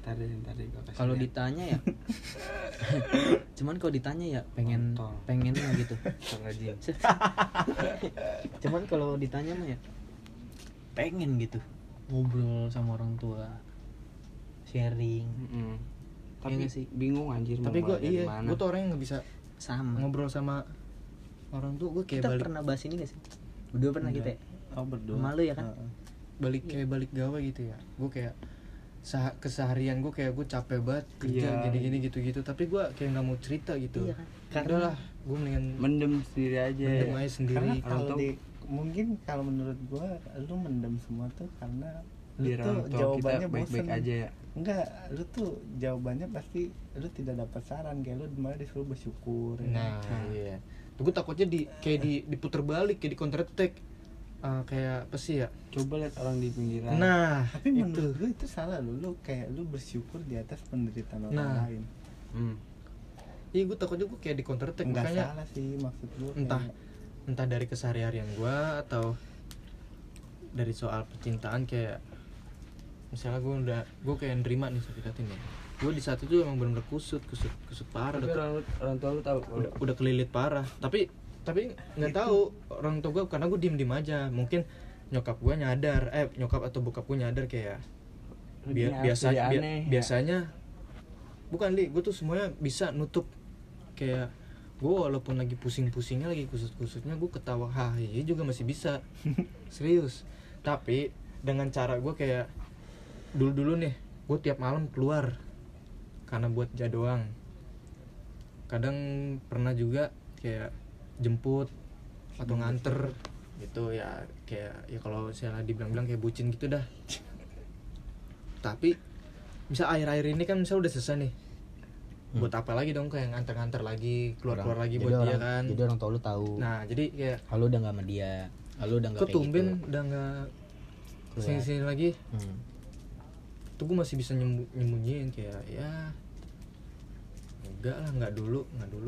Ntar deh gua kasih Kalau lihat. ditanya ya cuman kalau ditanya ya Kontol. pengennya gitu. Astagfirullahaladzim. Cuman kalau ditanya mah ya pengen gitu ngobrol sama orang tua, sharing. Mm-mm. Iya Tapi nggak sih? bingung anjir mau Tapi gue mulai dari iya, mana. gue tuh orang yang nggak bisa Sama. ngobrol sama orang tuh. Gue kayak Kita balik pernah bahas ini gak sih? Berdua pernah Enggak. kita ya? Oh berdua. Sama lu ya kan? Heeh. balik gawe gitu ya. Gue kayak keseharian gue kayak gue capek banget kerja Iya. gini gitu. Tapi gue kayak nggak mau cerita gitu. Iya kan? Karena lah, gue mendingan Mendem sendiri aja. mendem aja sendiri. Karena Orang kalau tua- mungkin kalau menurut gua lu mendem semua tuh karena lu Biar tuh orang tua kita jawabannya baik-baik bosen. aja ya. Enggak, lu tuh jawabannya pasti lu tidak dapat saran, kayak lu malah disuruh bersyukur. ya. Nah, iya. Gue takutnya diputer balik, kayak di counter attack. Kayak apa sih ya? Coba lihat orang di pinggiran. Nah, Tapi itu. menurut gue itu salah lu kayak lu bersyukur di atas penderitaan orang Nah. lain. Iya, gue takutnya gue kayak di counter attack. Enggak Makanya salah sih maksud gue. entah dari keseharian gue atau dari soal percintaan, kayak misalnya gue kayak nerima nih sakit hati nih. Gue di saat itu emang bener-bener kusut parah. Tapi orang tua lu tahu kalau Udah kelilit parah. Tapi nggak tahu orang tua gue, karena gue diem aja. Mungkin nyokap gue nyadar, nyokap atau bokap gue nyadar kayak biasanya bukan gue tuh semuanya bisa nutup. Kayak gue walaupun lagi pusing-pusingnya, lagi kusut-kusutnya, gue ketawa hahi juga masih bisa. Serius. Tapi dengan cara gue kayak dulu nih, gue tiap malam keluar karena buat doang. Kadang pernah juga kayak jemput atau nganter gitu ya, kayak ya kalau misalnya dibilang-bilang kayak bucin gitu dah. Tapi misal akhir-akhir ini kan misal udah selesai nih, buat apa lagi dong kayak nganter-nganter lagi, keluar lagi Jadi buat dia orang- kan. Jadi orang tua lu tahu. Nah jadi kayak Kalau udah nggak sama dia, kalau udah nggak kok kayak tumben gitu. udah nggak Keluar. sini-sini lagi. Hmm. Tuh gue masih bisa nyembunyiin kayak ya enggak lah, nggak dulu.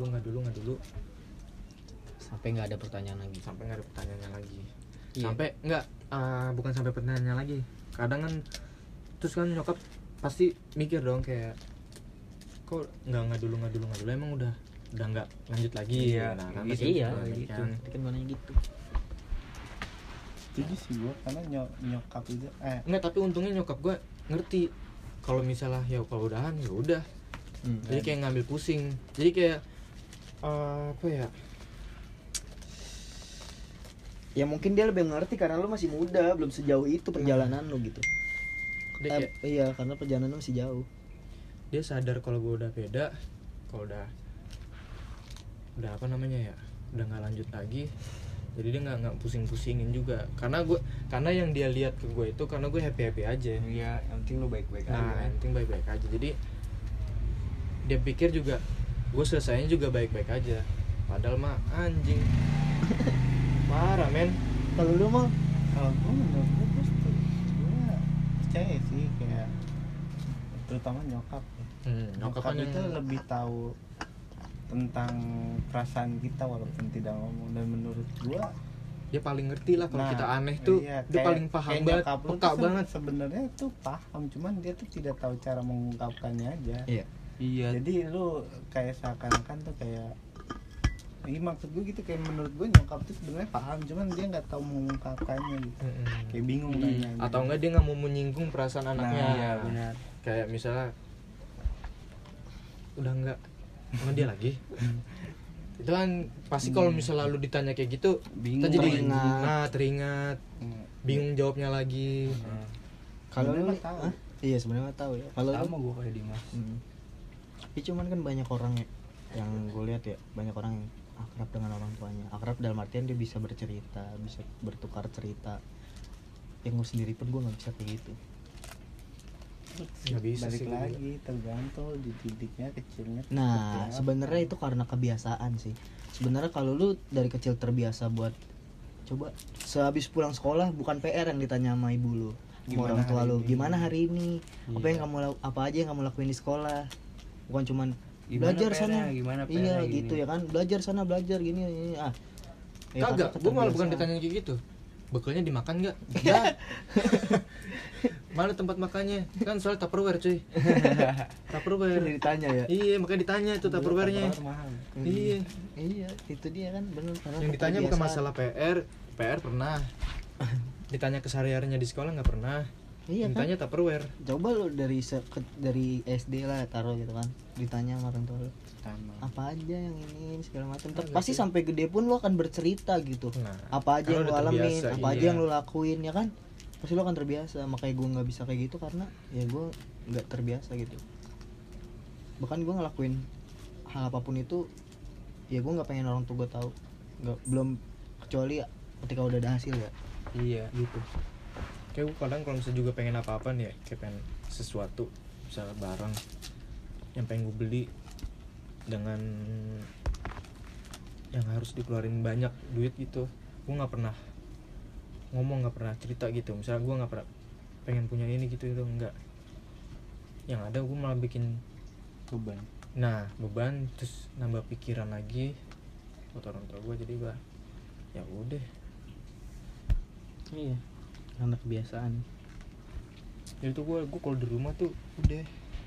Sampai nggak ada pertanyaan lagi. Sampai nggak ada pertanyaannya lagi. Iya. Sampai nggak bukan sampai pertanyaannya lagi. Kadang kan terus kan nyokap pasti mikir dong kayak kok nggak dulu emang udah nggak lanjut lagi. Iya, Nah, kan gitu. pasti Iya, kan. gitu. Tapi kan gue gitu. Setuju sih gue karena nyokap itu Nggak, tapi untungnya nyokap gue ngerti kalau misalnya ya kalau udahan ya udah. Jadi kayak ngambil pusing. Jadi kayak apa ya? Ya mungkin dia lebih ngerti karena lu masih muda, belum sejauh itu perjalanan lu gitu. Dia kayak Iya, karena perjalanan lu masih jauh. dia sadar kalau gue udah beda, kalau udah apa namanya ya, udah nggak lanjut lagi. Jadi dia nggak pusing-pusingin juga, karena yang dia lihat ke gue itu karena gue happy aja. Iya, yang penting lu baik-baik Nah, aja. yang penting baik-baik aja. Jadi dia pikir juga gue selesainya juga baik-baik aja. Padahal mah anjing. Parah men. Kalau lu mah kalau gue menurut gue percaya sih kayak terutama nyokap Nyokap nyokap kan itu yang lebih tahu tentang perasaan kita walaupun tidak ngomong, dan menurut gue dia paling ngerti lah kalau kita aneh tuh. iya, Dia paling paham banget, nyokap lu peka tuh banget. sebenarnya tuh paham, cuman dia tuh tidak tahu cara mengungkapkannya aja. Iya. Jadi lu kayak seakan-akan tuh kayak maksud gue gitu, kayak menurut gue nyokap tuh sebenarnya paham, cuman dia nggak tahu mengungkapkannya gitu. Kayak bingung nanya. Atau enggak dia nggak mau menyinggung perasaan anaknya. Iya, benar. Kayak misalnya udah nggak sama dia lagi. Itu kan pasti kalau misalnya lu ditanya kayak gitu, Bingung, kita jadi teringat. teringat, bingung jawabnya lagi. kalau lu Sebenarnya tahu. Iya, sebenarnya nggak tahu ya. Kalau lu Sama gue kayak Dimas. tapi cuman kan banyak orang ya yang gue lihat ya, banyak orang yang akrab dengan orang tuanya. Akrab dalam artian dia bisa bercerita, bisa bertukar cerita. Yang gue sendiri pun gue nggak bisa kayak gitu. Nggak bisa Balik sih. lagi tergantung dididiknya kecilnya seperti Nah, apa. sebenarnya itu karena kebiasaan sih. Sebenarnya kalau lu dari kecil terbiasa buat coba sehabis pulang sekolah bukan PR yang ditanya sama ibu lu, sama Gimana orang tua hari lu, ini? gimana hari ini, apa Iya. yang apa aja yang kamu lakuin di sekolah, bukan cuman Gimana belajar PR-nya, sana, gimana iya PR-nya gitu gini. ya kan, belajar sana belajar gini ya, Kagak, gue malah bukan keterbiasaan. ditanya kayak gitu. bekalnya dimakan nggak? Ya. Mana tempat makannya? Kan soal Tupperware cuy. Tupperware. Ditanya ya. Iya, makanya ditanya itu Tupperware-nya. mahal. Iya. Iya, itu dia kan benar. Yang ditanya bukan masalah PR pernah. Ditanya kesehariannya di sekolah nggak pernah. Iya kan. Ditanya Tupperware. Coba lu dari SD lah taruh gitu kan. Ditanya sama orang tua lu, Sama. apa aja yang ini segala macam. Agak Pasti sih. sampai gede pun lu akan bercerita gitu. Nah, Apa aja yang karena lu udah alamin, terbiasa, apa aja iya. yang lu lakuin ya kan. Pasti lu akan terbiasa. Makanya gue nggak bisa kayak gitu karena ya gue nggak terbiasa gitu. Bahkan gue ngelakuin hal apapun itu ya gue nggak pengen orang tua gue tahu. Belum kecuali ya, ketika udah ada hasil ya Iya. gitu. kayak gue kadang kalau misalnya juga pengen apa-apa nih ya, kayak pengen sesuatu misalnya barang yang pengen gue beli dengan yang harus dikeluarin banyak duit gitu, gue nggak pernah ngomong, nggak pernah cerita gitu. Misalnya gue nggak pernah pengen punya ini gitu, itu enggak. Yang ada gue malah bikin Beban. beban, terus nambah pikiran lagi buat orang tua gue. Jadi gue ya udah. Iya, karena kebiasaan. Jadi tuh gue kalau di rumah tuh udah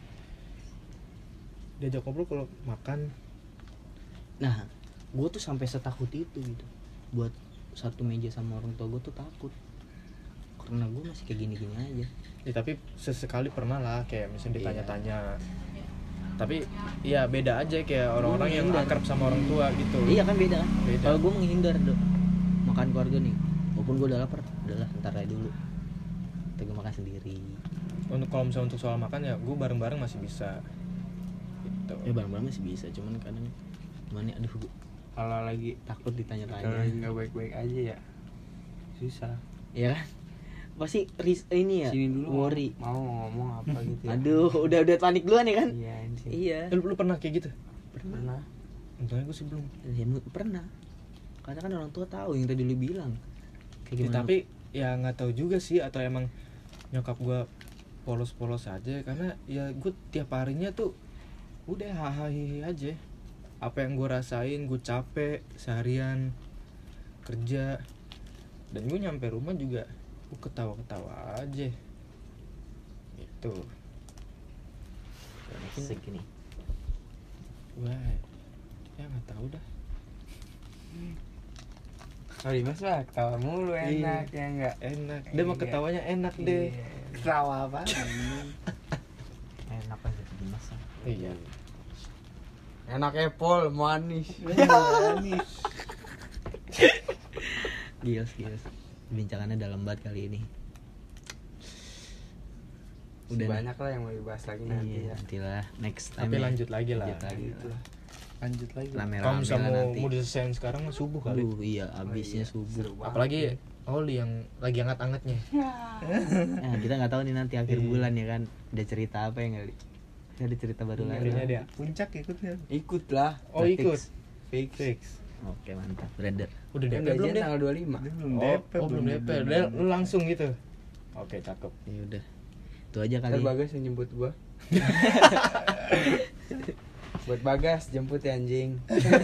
diajak ngobrol kalau makan. Nah, gue tuh sampai setakut itu gitu. Buat satu meja sama orang tua gue tuh takut. Karena gue masih kayak gini-gini aja. Ya tapi sesekali pernah lah kayak misalnya Iya. ditanya-tanya. Tapi ya beda aja kayak orang-orang yang menghindar. akrab sama orang tua gitu. Iya kan beda kan. Beda. Kalau gue menghindar makan keluarga nih, walaupun gue udah lapar, udahlah ntar aja dulu. Ntar gue makan sendiri. Untuk kalau misalnya untuk soal makan ya gue bareng-bareng masih bisa. Gitu. Ya bareng-bareng masih bisa, cuman kadang gimana aduh gue Kalau lagi takut kalau ditanya-tanya. lagi nggak baik-baik aja ya susah. Iya kan? Pasti ini ya, Sini dulu worry. mau ngomong apa gitu ya. Aduh, udah panik duluan ya kan? Iya ini sih. Iya. Lu pernah kayak gitu? Pernah. Untungnya gue sih belum. Ya, pernah. Karena kan orang tua tahu yang tadi lu bilang. Kayak Ya, gimana? tapi ya nggak tahu juga sih, atau emang nyokap gue polos-polos aja, karena ya gue tiap harinya tuh udah hahaha aja. Apa yang gue rasain, gue capek seharian kerja, dan gue nyampe rumah juga gue ketawa-ketawa aja gitu. Ya, mungkin Asik ini. gue ya nggak tahu dah. Oh Dimas lah ketawa mulu enak ya enggak. Enak dia mah Iya. ketawanya enak deh. Iya. Ketawa apa? Enak aja Dimas. Iya. Enak Apple manis. Giles. Bincangannya dalam banget kali ini. Udah Udah banyak lah yang mau dibahas lagi nanti Iya, ya. nantilah next time. Tapi ya. lanjut lagi lah. Lanjut lagi. Gitu lah. Lanjut lagi. Kalau Rame-rame misalnya lah mau nanti. mau diselesain sekarang mah subuh kali. Aduh, iya, abisnya iya. subuh. Seru banget. Apalagi Oli yang lagi hangat-hangatnya. Nah, kita nggak tahu nih nanti akhir Iya. bulan ya kan. Ada cerita apa ya kali? Ada cerita baru Iya, lagi. Akhirnya dia. Puncak ikut ya. Ikut lah. Oh Udah ikut. Fix. Fix. Oke, mantap, brother. Udah Kan DP belum gajian deh? tanggal 25. Oh belum DP. Udah lu langsung gitu. Oke cakep. Ya udah. Itu aja Ntar kali. Bagas yang jemput gua. Buat Bagas jemput ya anjing.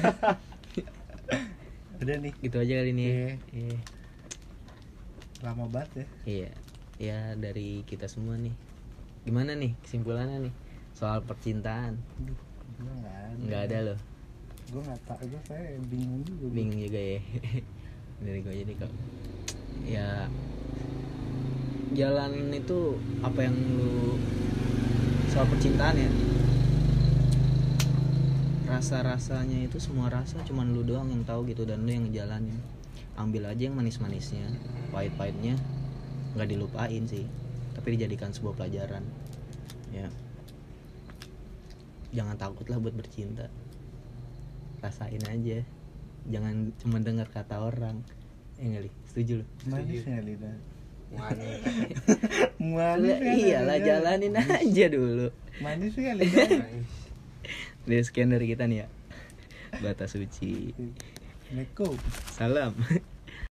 Udah nih, Gitu aja kali ini. Iya. Iya. lama banget ya. Iya. Ya dari kita semua nih. Gimana nih kesimpulannya nih soal percintaan? Gue Nggak ada loh. Gue nggak tahu, gue kayak bingung juga. Bingung juga ya. Dari gue jadi kok. Ya jalan itu apa yang lu soal percintaan ya, rasa-rasanya itu semua rasa cuman lu doang yang tahu gitu, dan lu yang ngejalanin. Ambil aja yang manis-manisnya, pahit-pahitnya nggak dilupain sih, tapi dijadikan sebuah pelajaran ya. Jangan takut lah buat bercinta, rasain aja, jangan cuma dengar kata orang. Nggak Li? Setuju lu? Manis ya Lida. Manis. Manis ya. Iyalah, jalanin aja dulu. Manis ya Lida. Dari sekian dari kita nih ya, Batas Suci. Neko. Salam.